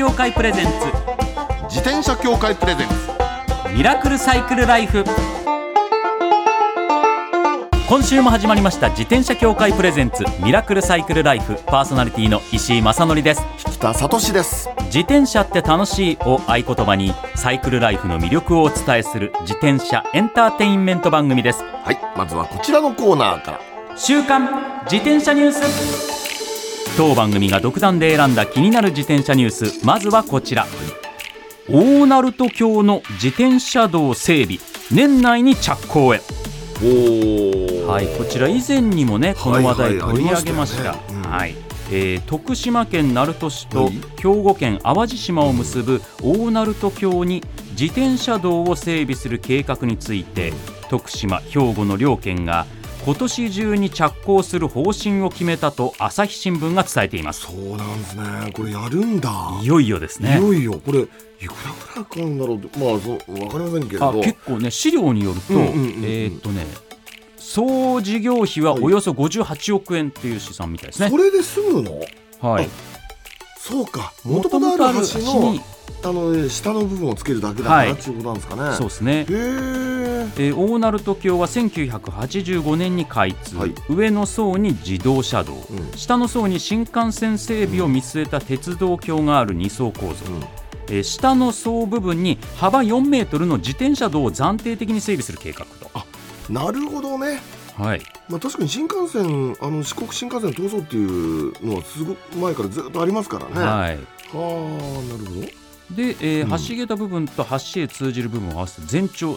協会プレゼンツ自転車協会プレゼンツミラクルサイクルライフ。今週も始まりました自転車協会プレゼンツミラクルサイクルライフ。パーソナリティの石井正則です。 引田聡です。 自転車って楽しいを合言葉にサイクルライフの魅力をお伝えする自転車エンターテインメント番組です。 はい、まずはこちらのコーナーから。 週刊自転車ニュース。当番組が独断で選んだ気になる自転車ニュース、まずはこちら。大鳴門橋の自転車道整備年内に着工へ。はい、こちら以前にもねこの話題取り上げました。徳島県鳴門市と兵庫県淡路島を結ぶ大鳴門橋に自転車道を整備する計画について、徳島兵庫の両県が今年中に着工する方針を決めたと朝日新聞が伝えています。 そうなんですね。これやるんだ。 いよいよですね。 いよいよこれいくらぐらいかかるんだろうと、分かりませんけれど、結構ね資料によると、総事業費はおよそ58億円っていう試算みたいですね。 それで済むの？はい。そうか。元々ある橋の下の部分をつけるだけだからっていうことなんですかね。 そうですね。大鳴門橋は1985年に開通、上の層に自動車道、下の層に新幹線整備を見据えた鉄道橋がある2層構造、下の層部分に幅4メートルの自転車道を暫定的に整備する計画と。 なるほどね。はい。確かに新幹線四国新幹線通そうっていうのはすごく前からずっとありますからね。はい。なるほど。で、 橋桁部分と橋へ通じる部分を合わせて全長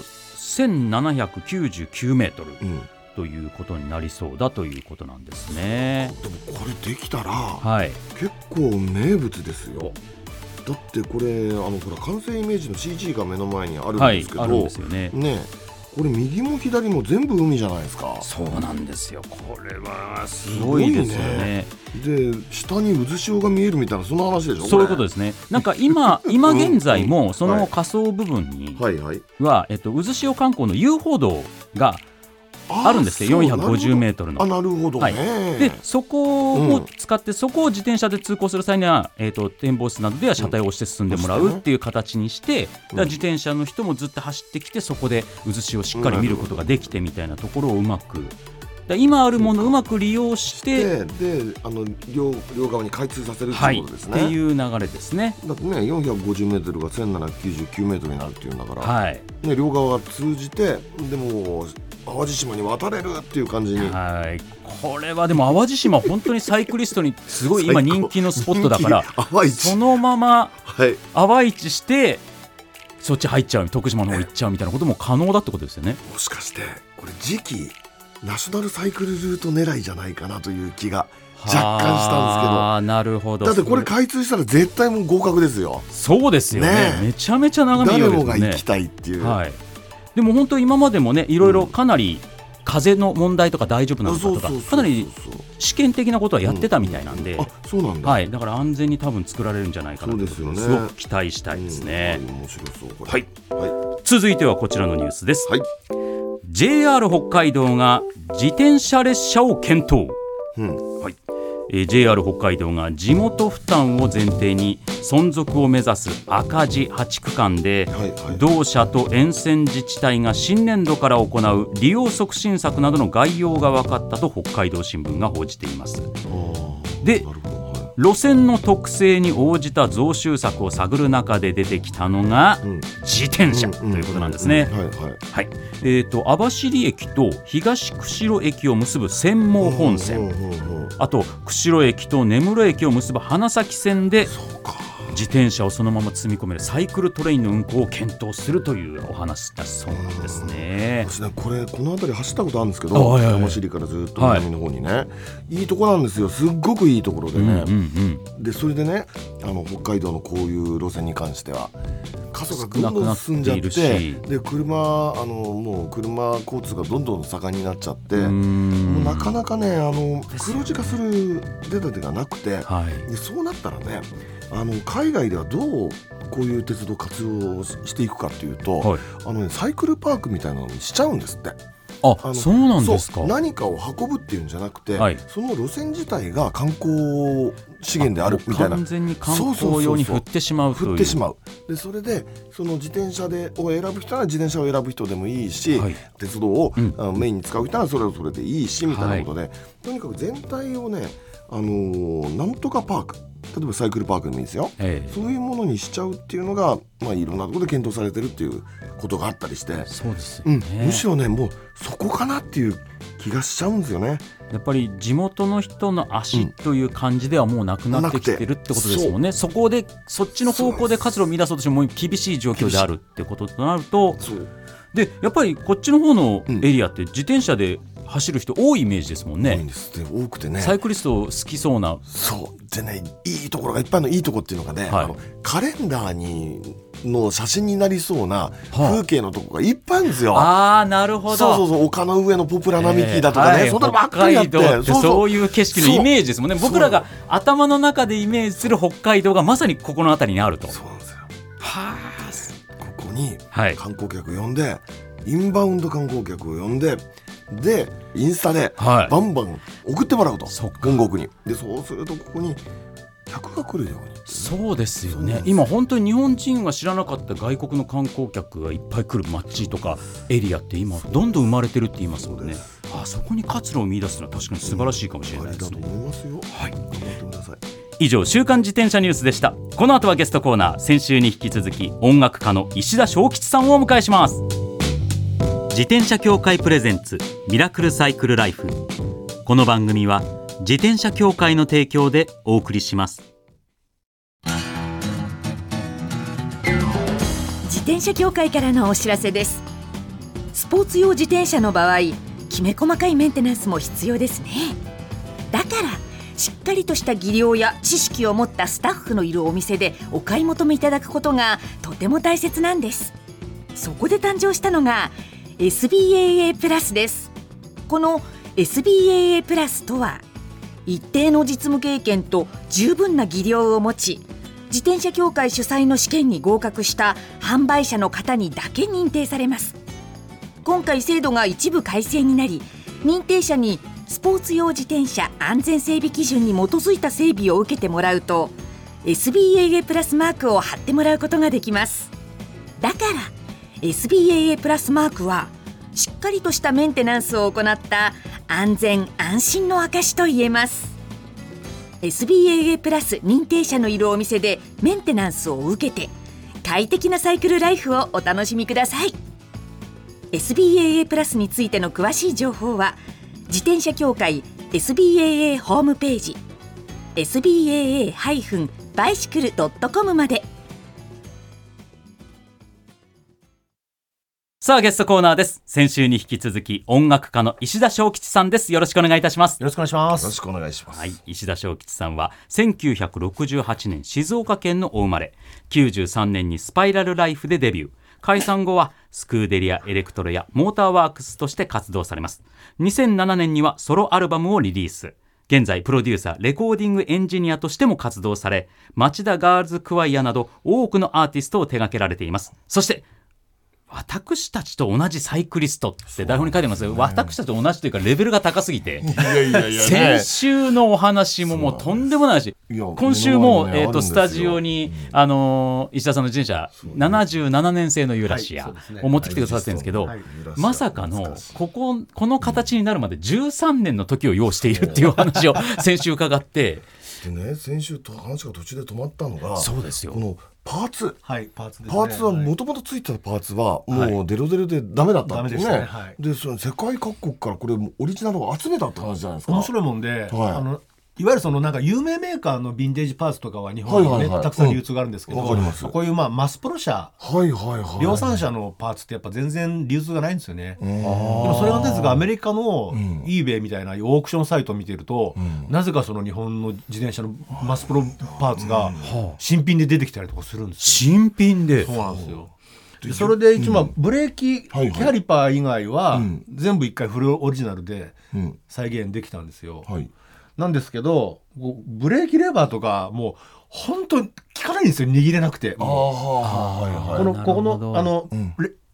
1799メートル、ということになりそうだということなんですね。 でもこれできたら、結構名物ですよ。だってこれほら完成イメージの CG が目の前にあるんですけど、あるんですよね。これ右も左も全部海じゃないですか。 そうなんですよ。これはすごいですよね。 で下に渦潮が見えるみたいなそんな話でしょ。 そういうことですね。なんか今現在もその下層部分には渦潮観光の遊歩道があるんですよ。450メートルの。 なるほどね。 でそこを使って、そこを自転車で通行する際には、展望室などでは車体を押して進んでもらうっていう形にして、自転車の人もずっと走ってきて、そこで渦潮をしっかり見ることができてみたいなところをうまく、今あるものをうまく利用して両側に開通させるということですね。 っていう流れですね。 だってね450メートルが1799メートルになるっていうんだから、両側が通じて、でも淡路島に渡れるっていう感じに。これはでも淡路島本当にサイクリストにすごい今人気のスポットだからそのまま淡市してそっち入っちゃう、徳島の方行っちゃうみたいなことも可能だってことですよね。 もしかしてこれ次期ナショナルサイクルルート狙いじゃないかなという気が若干したんですけど。 なるほど。 だってこれ開通したら絶対もう合格ですよ。 そうですよ ね。めちゃめちゃ眺めようですね。 誰もが行きたいっていう。 でも本当今までもねいろいろかなり風の問題とか大丈夫なのかとかかなり試験的なことはやってたみたいなんで、 そうなんだ。 だから安全に多分作られるんじゃないかなということですごく期待したいですね。 面白そう。 続いてはこちらのニュースです。JR 北海道が自転車列車を検討。JR 北海道が地元負担を前提に存続を目指す赤字8区間で、同社と沿線自治体が新年度から行う利用促進策などの概要が分かったと北海道新聞が報じています。で路線の特性に応じた増収策を探る中で出てきたのが自転車ということなんですね。網走駅と東釧路駅を結ぶ釧網本線、あと釧路駅と根室駅を結ぶ花咲線で自転車をそのまま積み込めるサイクルトレインの運行を検討するというお話だそうなんですね。 この辺り走ったことあるんですけど、網走からずっと南の方にね、いいとこなんですよ。すっごくいいところでね、でそれでね北海道のこういう路線に関しては過疎がどんどん進んじゃって、でもう車交通がどんどん盛んになっちゃって、もうなかなかね黒字化する出た手がなくて、でそうなったらね海外ではどうこういう鉄道活用していくかっていうと、サイクルパークみたいなのにしちゃうんですって。 そうなんですか。 何かを運ぶっていうんじゃなくて、その路線自体が観光資源であるみたいな、 完全に観光用に振ってしまうという。 振ってしまう。でそれでその自転車を選ぶ人は自転車を選ぶ人でもいいし、はい、鉄道を、メインに使う人はそれはそれでいいしみたいなことで、とにかく全体をね、なんとかパーク、例えばサイクルパークでもいいですよ、そういうものにしちゃうっていうのが、いろんなところで検討されてるっていうことがあったりして、 そうですよね、 むしろねもうそこかなっていう気がしちゃうんですよね。 やっぱり地元の人の足という感じではもうなくなってきてるってことですもんね。そこでそっちの方向で活路を見出そうとしても厳しい状況であるってこととなると、でやっぱりこっちの方のエリアって自転車で走る人多いイメージですもんね。 多いんですって、多くてね、 サイクリスト好きそうな。 そうでね、いいところがいっぱいのいいところっていうのがね、カレンダーの写真になりそうな風景のとこがいっぱいあるんですよ。 なるほど。 そう丘の上のポプラ並木だとかね、そんなのばっかりあって、 そういう景色のイメージですもんね。僕らが頭の中でイメージする北海道がまさにここの辺りにあると。 そうなんですよ。ここに観光客呼んで、インバウンド観光客を呼んで、でインスタでバンバン送ってもらうと、本国に。でそうするとここに客が来るように。 そうですよね。今本当に日本人が知らなかった外国の観光客がいっぱい来る街とかエリアって今どんどん生まれてるって言いますもんね。そこに活路を見出すのは確かに素晴らしいかもしれないですね。 だと思いますよ。頑張ってください。 以上、週刊自転車ニュースでした。この後はゲストコーナー、先週に引き続き音楽家の石田正吉さんをお迎えします。自転車協会プレゼンツミラクルサイクルライフ。この番組は自転車協会の提供でお送りします。 自転車協会からのお知らせです。スポーツ用自転車の場合、きめ細かいメンテナンスも必要ですね。だからしっかりとした技量や知識を持ったスタッフのいるお店でお買い求めいただくことがとても大切なんです。そこで誕生したのがSBAA プラスです。この SBAA プラスとは、一定の実務経験と十分な技量を持ち、自転車協会主催の試験に合格した販売者の方にだけ認定されます。今回制度が一部改正になり、認定者にスポーツ用自転車安全整備基準に基づいた整備を受けてもらうと SBAA プラスマークを貼ってもらうことができます。だからSBAA プラスマークはしっかりとしたメンテナンスを行った安全安心の証と言えます。 SBAA プラス認定者のいるお店でメンテナンスを受けて快適なサイクルライフをお楽しみください。 SBAA プラスについての詳しい情報は自転車協会 SBAA ホームページ SBAA-bicycle.com まで。 さあ、ゲストコーナーです。先週に引き続き音楽家の石田正吉さんです。よろしくお願いいたします。 よろしくお願いします。 よろしくお願いします。 はい、石田正吉さんは1968年静岡県のお生まれ、93年にスパイラルライフでデビュー。解散後はスクーデリアエレクトロやモーターワークスとして活動されます。2007年にはソロアルバムをリリース。現在プロデューサー、レコーディングエンジニアとしても活動され、町田ガールズクワイアなど多くのアーティストを手掛けられています。そして私たちと同じサイクリストって台本に書いてますよ。私たちと同じというかレベルが高すぎて、先週のお話ももうとんでもないし、今週もスタジオに石田さんの自転車77年製のユーラシアを持ってきてくださってるんですけど、まさかのこの形になるまで13年の時を要しているっていう話を先週伺って、 でね、先週話が途中で止まったのが、 そうですよ、 このパーツ、 パーツですね。 パーツはもともとついてたパーツはもうデロデロでダメだったんですね。でその世界各国からこれオリジナルを集めたって話じゃないですか。 面白いもんで、いわゆるそのなんか有名メーカーのヴィンテージパーツとかは日本にね、たくさん流通があるんですけど、こういうマスプロ社、量産車のパーツってやっぱ全然流通がないんですよね。でもそれがですがアメリカの eBay みたいなオークションサイトを見てると、なぜかその日本の自転車のマスプロパーツが新品で出てきたりとかするんですよ。 新品で。 そうなんですよ。それで一応ブレーキキャリパー以外は全部一回フルオリジナルで再現できたんですよ。なんですけど、ブレーキレバーとかもう本当に効かないんですよ、握れなくて。ここの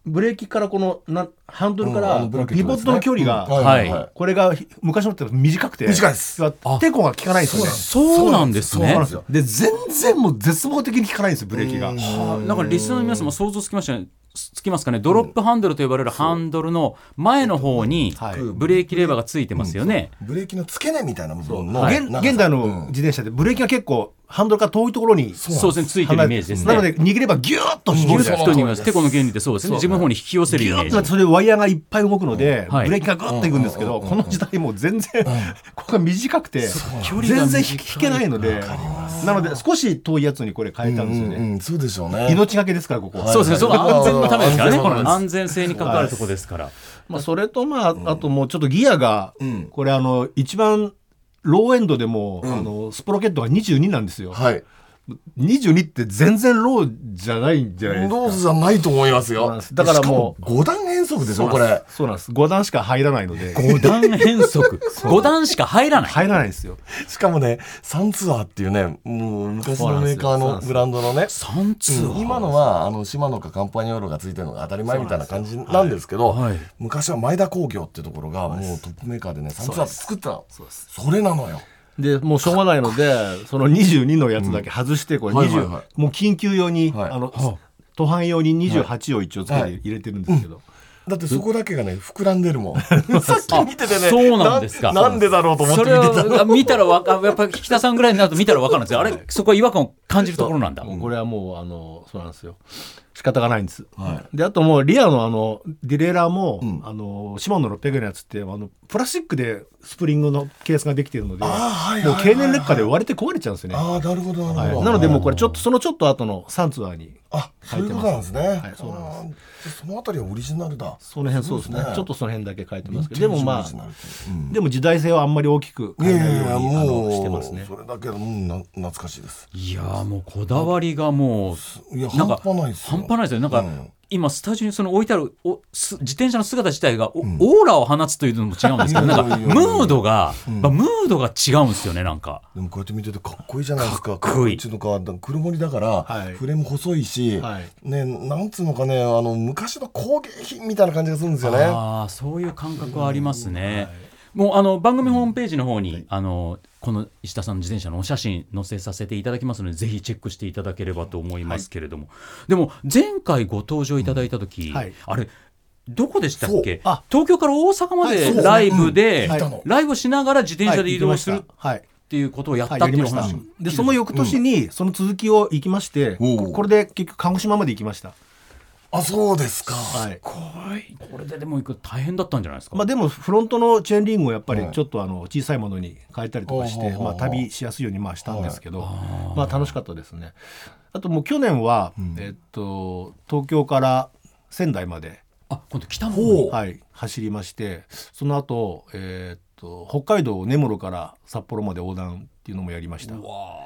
ブレーキからこのハンドルからピボットの距離が、これが昔のって短くて短いです。 テコが効かないんですよね。 そうなんですね。 で全然もう絶望的に効かないんですよブレーキが。 だからリスナーの皆さんも想像つきますかね。ドロップハンドルと呼ばれるハンドルの前の方にブレーキレバーがついてますよね。 ブレーキの付け根みたいな部分の現代の自転車でブレーキが結構ハンドルから遠いところにそうですね、ついてるイメージですね。 なので握ればギューッと絞るじゃないですか。 テコの原理でそうですね、自分の方に引き寄せるイメージ。 それでワイヤーがいっぱい動くので、ブレーキがグッといくんですけど、この時代もう全然ここが短くて全然引けないので、なので少し遠いやつにこれ変えたんですよね。 そうでしょうね。 命がけですからここは。 そうですね、その安全のためですからね。この安全性に関わるところですから。 それとあともうちょっとギアがこれ一番ローエンドでもスプロケットが22なんですよ。22って全然ローじゃないんじゃないですか。 ローじゃないと思いますよ。 だからもう 5段変速ですよこれ。 そうなんです。5段しか入らないので。 5段変速5段しか入らないですよ。 しかもねサンツアーっていうね、もう昔のメーカーのブランドのね、 サンツアー、 今のはシマノかカンパニオーロがついてるのが当たり前みたいな感じなんですけど、昔は前田工業っていうところがもうトップメーカーでねサンツアー作ったの。それなのよ。 でもうしょうがないのでその22のやつだけ外してこれ20、もう緊急用に途半用に28を一応つけて入れてるんですけど、 だってそこだけがね膨らんでるもんさっき見ててね、 そうなんですか。 なんでだろうと思って見てた。 それを見たらやっぱり引田さんぐらいになると見たら分かるんですよ。あれそこは違和感を感じるところなんだ。 これはもうそうなんですよ、仕方がないんです、であともうリアのディレイラーも、シマノのペグのやつってプラスチックでスプリングのケースができているので、もう経年劣化で割れて壊れちゃうんですよね。 なるほどなるほど。 なのでもうこれちょっと後のサンツアーにそういうことなんですね。 そうなんです。 そのあたりはオリジナルだ。 その辺そうですね。ちょっとその辺だけ書いてますけど、でもでも時代性はあんまり大きく変えないようにしてますね。 それだけは懐かしいです。 いやもうこだわりがもう半端ないですよ。 半端ないですよ。なんか今スタジオにその置いてある自転車の姿自体がオーラを放つというのも違うんですけど、なんかムードが違うんですよね。なんかでもこうやって見ててかっこいいじゃないですか。 かっこいい。 うちのか黒森だから、フレーム細いし、ね、なんつうのかね、昔の工芸品みたいな感じがするんですよね。 そういう感覚はありますね。もう番組ホームページの方にこの石田さんの自転車のお写真載せさせていただきますので、ぜひチェックしていただければと思いますけれども、でも前回ご登場いただいた時、あれどこでしたっけ。東京から大阪までライブで、ライブしながら自転車で移動するっていうことをやったっていう話で、その翌年にその続きを行きまして、これで結局鹿児島まで行きました。 そうですか。 これででも行く大変だったんじゃないですか。 でもフロントのチェーンリングをやっぱりちょっと小さいものに変えたりとかして、旅しやすいようにしたんですけど、楽しかったですね。あともう去年は、東京から仙台まで今度北の方、 走りまして、その後、北海道根室から札幌まで横断っていうのもやりました。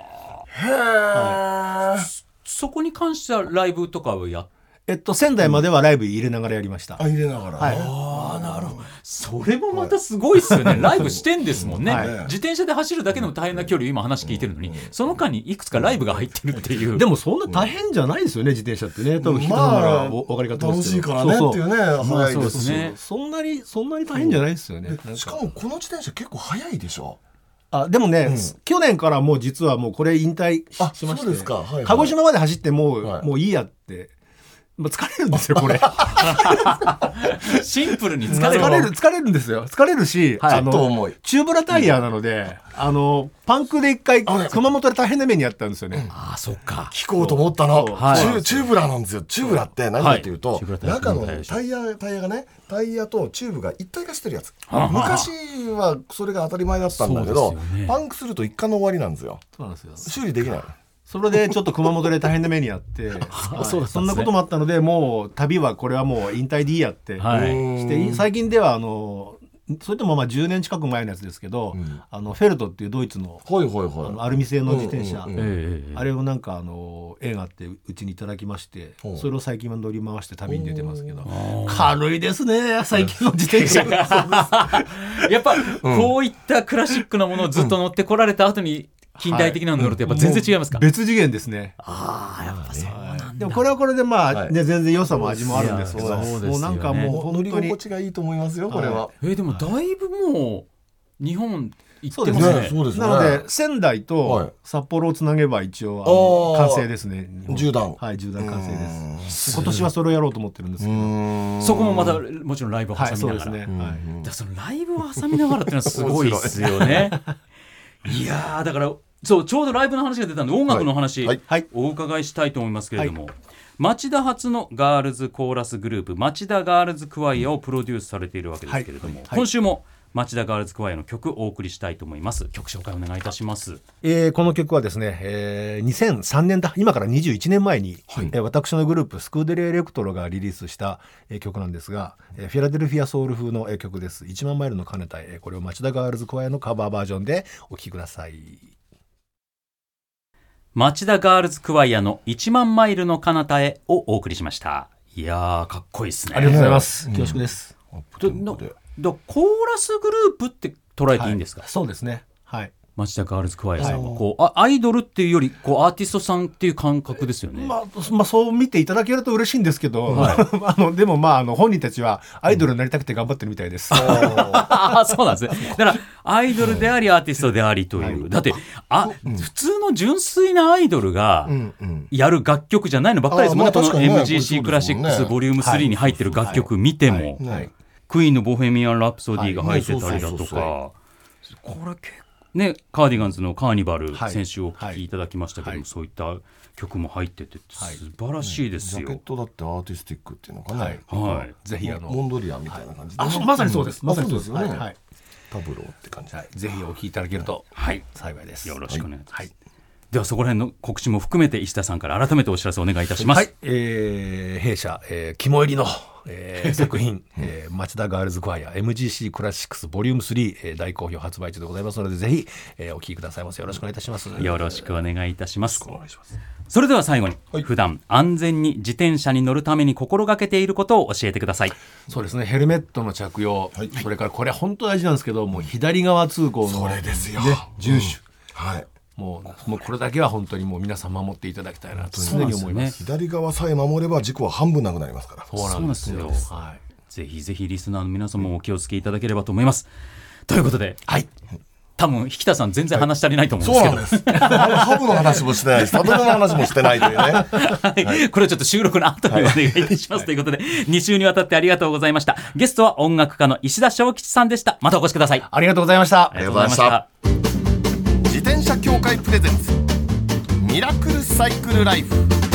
そこに関してはライブとかをやって仙台まではライブ入れながらやりました。 入れながら、 なるほど。それもまたすごいですよね。ライブしてんですもんね。自転車で走るだけでも大変な距離を今話聞いてるのに、その間にいくつかライブが入ってるっていう。 でもそんな大変じゃないですよね、自転車ってね。多分人なら分かり方楽しいからねっていうね、早いですし、 そんなに大変じゃないですよね。 しかもこの自転車結構速いでしょ。 でもね、去年からもう実はもうこれ引退しまして、鹿児島まで走ってもういいやって疲れるんですよこれシンプルに疲れるんですよ。疲れるし、チューブラタイヤなので、パンクで一回熊本で大変な目にあったんですよね。 そっか。 聞こうと思ったの。チューブラなんですよ。チューブラって何かっていうと、中のタイヤがね、タイヤとチューブが一体化してるやつ。昔はそれが当たり前だったんだけど、パンクすると一貫の終わりなんですよ。修理できない。 それでちょっと熊本で大変な目にあってそんなこともあったので、もう旅はこれはもう引退でいいやってして、最近ではそれとも10年近く前のやつですけど、フェルトっていうドイツのアルミ製の自転車、あれをなんか縁があってうちにいただきまして、それを最近は乗り回して旅に出てますけど、軽いですね最近の自転車やっぱこういったクラシックなものをずっと乗ってこられた後に近代的なの乗るとやっぱ全然違いますか。 別次元ですね。 やっぱそうなんでもこれはこれで全然良さも味もあるんですけど、もうなんかもう乗り心地がいいと思いますよこれは。 でもだいぶもう日本行ってますね。なので仙台と札幌をつなげば一応完成ですね。 縦断完成です。今年はそれをやろうと思ってるんですけど、 そこもまたもちろんライブを挟みながら、そのライブを挟みながらっていうのはすごいですよね。いやだからちょうどライブの話が出たんで音楽の話、お伺いしたいと思いますけれども、町田発のガールズコーラスグループ町田ガールズクワイアをプロデュースされているわけですけれども、今週も町田ガールズクワイアの曲をお送りしたいと思います。曲紹介お願いいたします。 この曲はですね、2003年今から21年前に、私のグループスクーデレエレクトロがリリースした、曲なんですが、フィラデルフィアソウル風の、曲です。1万マイルの彼方へ、これを町田ガールズクワイアのカバーバージョンでお聴きください。 町田ガールズクワイアの1万マイルの彼方へをお送りしました。いやかっこいいですね。 ありがとうございます。恐縮です。 コーラスグループって捉えていいんですか？ そうですね。 町田ガールズクワイアさんはアイドルっていうよりアーティストさんっていう感覚ですよね。 そう見ていただけると嬉しいんですけど、でも本人たちはアイドルになりたくて頑張ってるみたいです。そうなんですね。だからアイドルでありアーティストでありという、だって普通の純粋なアイドルがやる楽曲じゃないのばっかりですもんね。この MGC クラシックスボリューム3に入ってる楽曲見ても、クイーンのボヘミアン・ラプソディが入ってたりだとか、これ結構ね、カーディガンズのカーニバル、先週お聴きいただきましたけども、そういった曲も入ってて素晴らしいですよ。 ジャケットだってアーティスティックっていうのかね、 ぜひモンドリアンみたいな感じで、 まさにそうです。まさにそうですよね。 タブローって感じ、 ぜひお聴きいただけると幸いです。 よろしくお願いします。ではそこら辺の告知も含めて石田さんから改めてお知らせお願いいたします。 弊社、肝入りの、作品、町田ガールズクワイア MGC クラシックスボリューム3、大好評発売中でございますので、ぜひ、お聴きくださいませ。よろしくお願いいたします。 よろしくお願いいたします。それでは最後に、普段安全に自転車に乗るために心がけていることを教えてください。 そうですね、ヘルメットの着用、それからこれ本当大事なんですけど、もう左側通行の、 それですよ、 遵守、もうこれだけは本当にもう皆さん守っていただきたいなと常に思います。 左側さえ守れば事故は半分なくなりますから。 そうなんですよ。ぜひぜひリスナーの皆さんもお気をつけいただければと思います。ということで、多分引田さん全然話足りないと思うんですけど、 そうなんです。ハブの話もしてないし、サドルの話もしてないというね。 これはちょっと収録の後にお願いいたします、ということで2週にわたってありがとうございました。ゲストは音楽家の石田正吉さんでした。またお越しください。 ありがとうございました。 ありがとうございました。自転車協会プレゼンツミラクルサイクルライフ。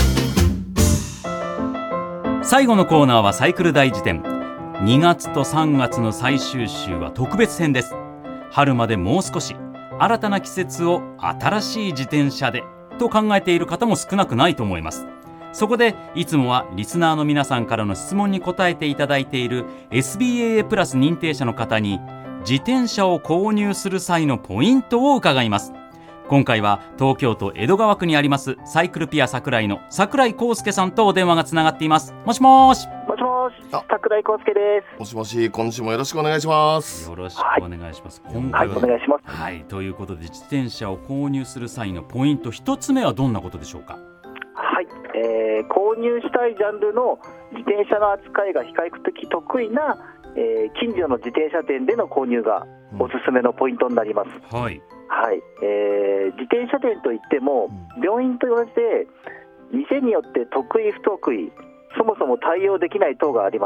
最後のコーナーはサイクル大辞典。2月と3月の最終週は特別編です。春までもう少し、新たな季節を新しい自転車でと考えている方も少なくないと思います。そこでいつもはリスナーの皆さんからの質問に答えていただいている SBAA プラス認定者の方に自転車を購入する際のポイントを伺います。今回は東京都江戸川区にありますサイクルピア桜井の桜井康介さんとお電話がつながっています。もしもし。 もしもし、桜井康介です。 もしもし、今週もよろしくお願いします。 よろしくお願いします。今回は、 お願いします。 ということで自転車を購入する際のポイント、一つ目はどんなことでしょうか？ 購入したいジャンルの自転車の扱いが比較的得意な、近所の自転車店での購入がおすすめのポイントになります。自転車店といっても、病院と言われて店によって得意不得意、そもそも対応できない等があります。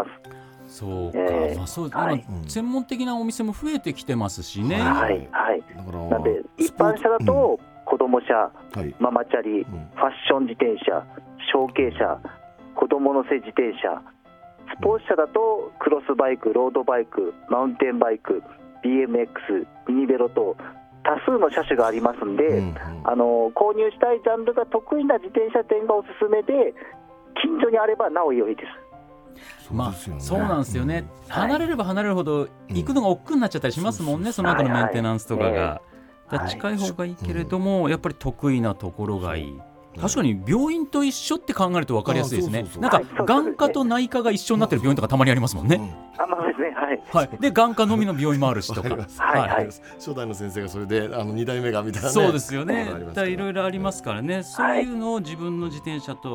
そうか、専門的なお店も増えてきてますしね。 なので一般車だと子供車、ママチャリ、ファッション自転車、小径車、子供乗せ自転車、スポーツ車だとクロスバイク、ロードバイク、マウンテンバイク、BMX、ミニベロと多数の車種がありますので、購入したいジャンルが得意な自転車店がおすすめで、近所にあればなお良いです。 そうなんですよね。離れれば離れるほど行くのが億劫になっちゃったりしますもんね、その後のメンテナンスとかが。近い方がいいけれども、やっぱり得意なところがいい。確かに病院と一緒って考えると分かりやすいですね。なんか眼科と内科が一緒になってる病院とかたまにありますもんね。で眼科のみの病院もあるしとか、 初代の先生がそれで2代目がみたいなね。 そうですよね。いろいろありますからね。そういうのを自分の自転車と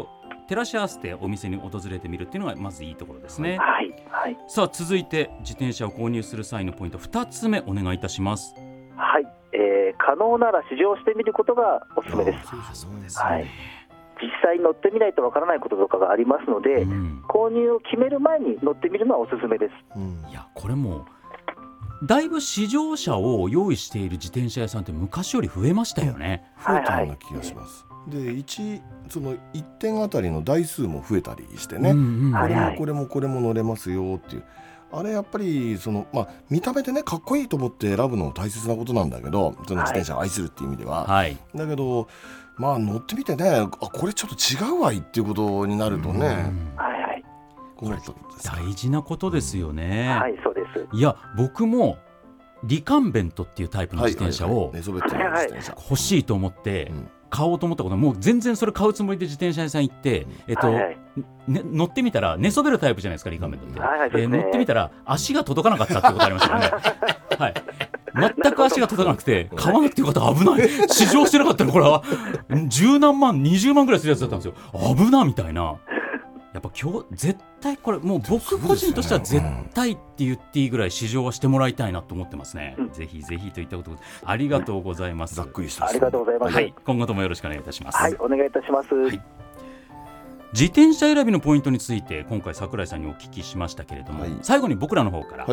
照らし合わせてお店に訪れてみるっていうのがまずいいところですね。 はいはい、 さあ続いて自転車を購入する際のポイント2つ目お願いいたします。 はい、可能なら試乗してみることがおすすめです。 そうですね、 はい、実際乗ってみないとわからないこととかがありますので、購入を決める前に乗ってみるのはおすすめです。 いやこれもだいぶ試乗車を用意している自転車屋さんって昔より増えましたよね。 増えたような気がします。でその1点あたりの台数も増えたりしてね、これも乗れますよっていう、あれやっぱり見た目でねかっこいいと思って選ぶのも大切なことなんだけど、その自転車を愛するっていう意味では、だけど乗ってみてね、これちょっと違うわいっていうことになるとね、 これ大事なことですよね。 はい、そうです。 いや僕もリカンベントっていうタイプの自転車を欲しいと思って買おうと思ったことは、もう全然それ買うつもりで自転車屋さん行って、乗ってみたら寝そべるタイプじゃないですかリカンベントって、乗ってみたら足が届かなかったってことありましたよね。はい、全く足が届かなくて買わなくてよかった、危ない、試乗してなかったらこれは10何万20万ぐらいするやつだったんですよ。危なみたいな。やっぱ今日絶対これもう僕個人としては絶対って言っていいぐらい試乗はしてもらいたいなと思ってますね。ぜひぜひといったことでありがとうございます。 ざっくりしたありがとうございます。 はい、今後ともよろしくお願いいたします。 はい、お願いいたします。はい、 自転車選びのポイントについて今回櫻井さんにお聞きしましたけれども、最後に僕らの方から、常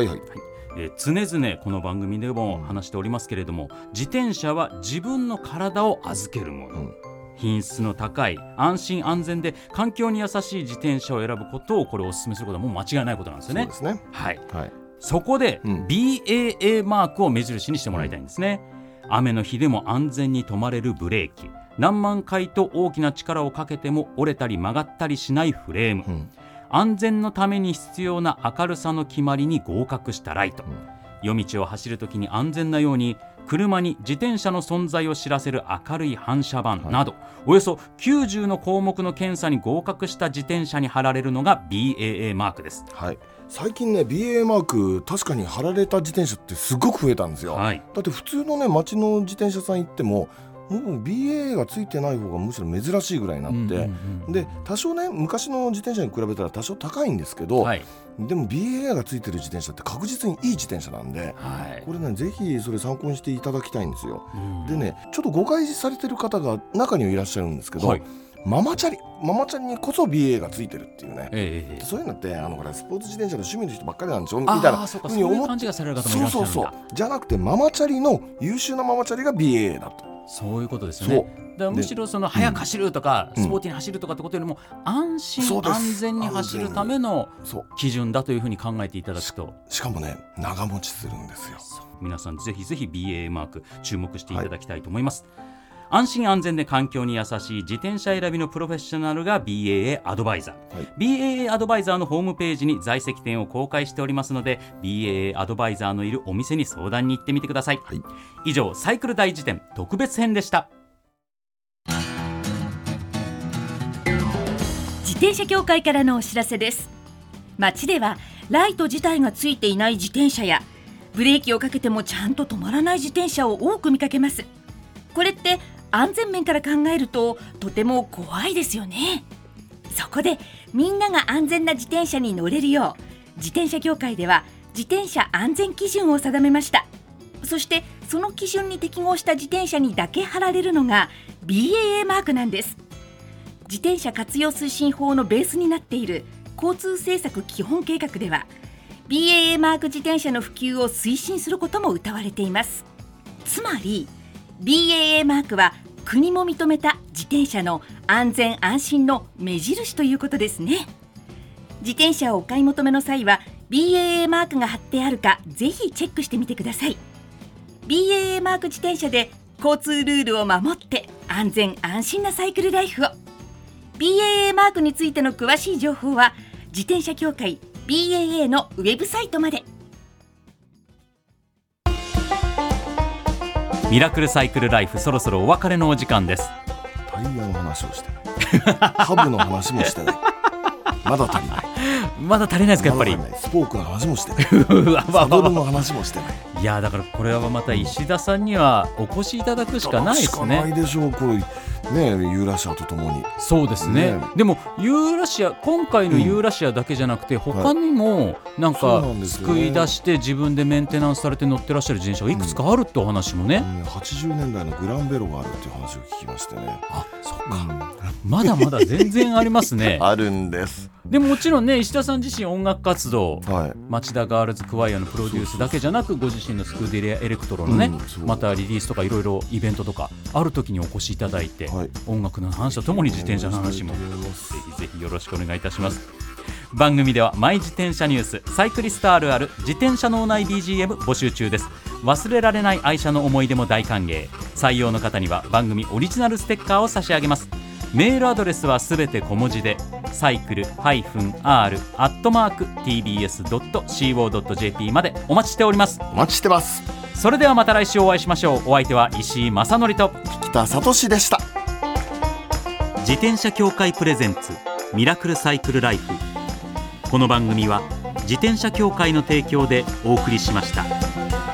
々この番組でも話しておりますけれども、自転車は自分の体を預けるもの、品質の高い安心安全で環境に優しい自転車を選ぶことをこれをお勧めすることはもう間違いないことなんですよね。 そうですね。 そこで、BAA マークを目印にしてもらいたいんですね。雨の日でも安全に止まれるブレーキ、何万回と大きな力をかけても折れたり曲がったりしないフレーム、安全のために必要な明るさの決まりに合格したライト、夜道を走るときに安全なように車に自転車の存在を知らせる明るい反射板など、およそ90の項目の検査に合格した自転車に貼られるのが BAA マークです。 最近ね BAA マーク確かに貼られた自転車ってすごく増えたんですよ。だって普通のね街の自転車さん行ってももう BAA がついてない方がむしろ珍しいぐらいになって、で多少ね昔の自転車に比べたら多少高いんですけど、でも BAA がついてる自転車って確実にいい自転車なんで、これねぜひそれ参考にしていただきたいんですよ。でねちょっと誤解されてる方が中にはいらっしゃるんですけど、ママチャリにこそ BAA がついてるっていうね、そういうのってほらスポーツ自転車の趣味の人ばっかりなんでしょみたいなふうに思って、そうじゃなくてママチャリの優秀なママチャリが BAA だと、 そういうことですよね。だからむしろその速く走るとか、スポーティーに走るとかってことよりも、安心安全に走るための基準だというふうに考えていただくと、 しかもね長持ちするんですよ。 皆さんぜひぜひ BAA マーク注目していただきたいと思います。安心安全で環境に優しい自転車選びのプロフェッショナルが BAA アドバイザー、BAA アドバイザーのホームページに在籍店を公開しておりますので、 BAA アドバイザーのいるお店に相談に行ってみてください。以上サイクル大辞典特別編でした。 自転車協会からのお知らせです。街ではライト自体がついていない自転車やブレーキをかけてもちゃんと止まらない自転車を多く見かけます。これって安全面から考えるととても怖いですよね。そこでみんなが安全な自転車に乗れるよう、自転車協会では自転車安全基準を定めました。そしてその基準に適合した自転車にだけ貼られるのが BAA マークなんです。自転車活用推進法のベースになっている交通政策基本計画では BAA マーク自転車の普及を推進することも謳われています。つまり BAA マークは国も認めた自転車の安全安心の目印ということですね。自転車をお買い求めの際は BAA マークが貼ってあるかぜひチェックしてみてください。 BAA マーク自転車で交通ルールを守って安全安心なサイクルライフを。 BAA マークについての詳しい情報は自転車協会 BAA のウェブサイトまで。 ミラクルサイクルライフ、そろそろお別れのお時間です。 タイヤの話をしてないハブの話もしてないまだ足りない。 まだ足りないですか。やっぱりスポークの話もしてないサドルの話もしてない。 いやだからこれはまた石田さんにはお越しいただくしかないですね。 しかないでしょう。これね、ユーラシアとともに。 そうですね。でもユーラシア、今回のユーラシアだけじゃなくて、他にもなんか救い出して自分でメンテナンスされて乗ってらっしゃる自転車がいくつかあるってお話もね、 80年代のグランベロがあるっていう話を聞きましてね。 あ、そっか、まだまだ全然ありますね。 あるんです。 でももちろんね、石田さん自身音楽活動、町田ガールズクワイアのプロデュースだけじゃなく、ご自身のスクーデリアエレクトロのね、またリリースとかいろいろイベントとかある時にお越しいただいて、音楽の話とともに自転車の話もぜひぜひよろしくお願いいたします。番組ではマイ自転車ニュース、サイクリストあるある、自転車脳内 BGM 募集中です。忘れられない愛車の思い出も大歓迎。採用の方には番組オリジナルステッカーを差し上げます。メールアドレスはすべて小文字で、サイクル -r@tbs.co.jp までお待ちしております。 お待ちしてます。 それではまた来週お会いしましょう。お相手は石井正則と北里志でした。 自転車協会プレゼンツミラクルサイクルライフ。この番組は自転車協会の提供でお送りしました。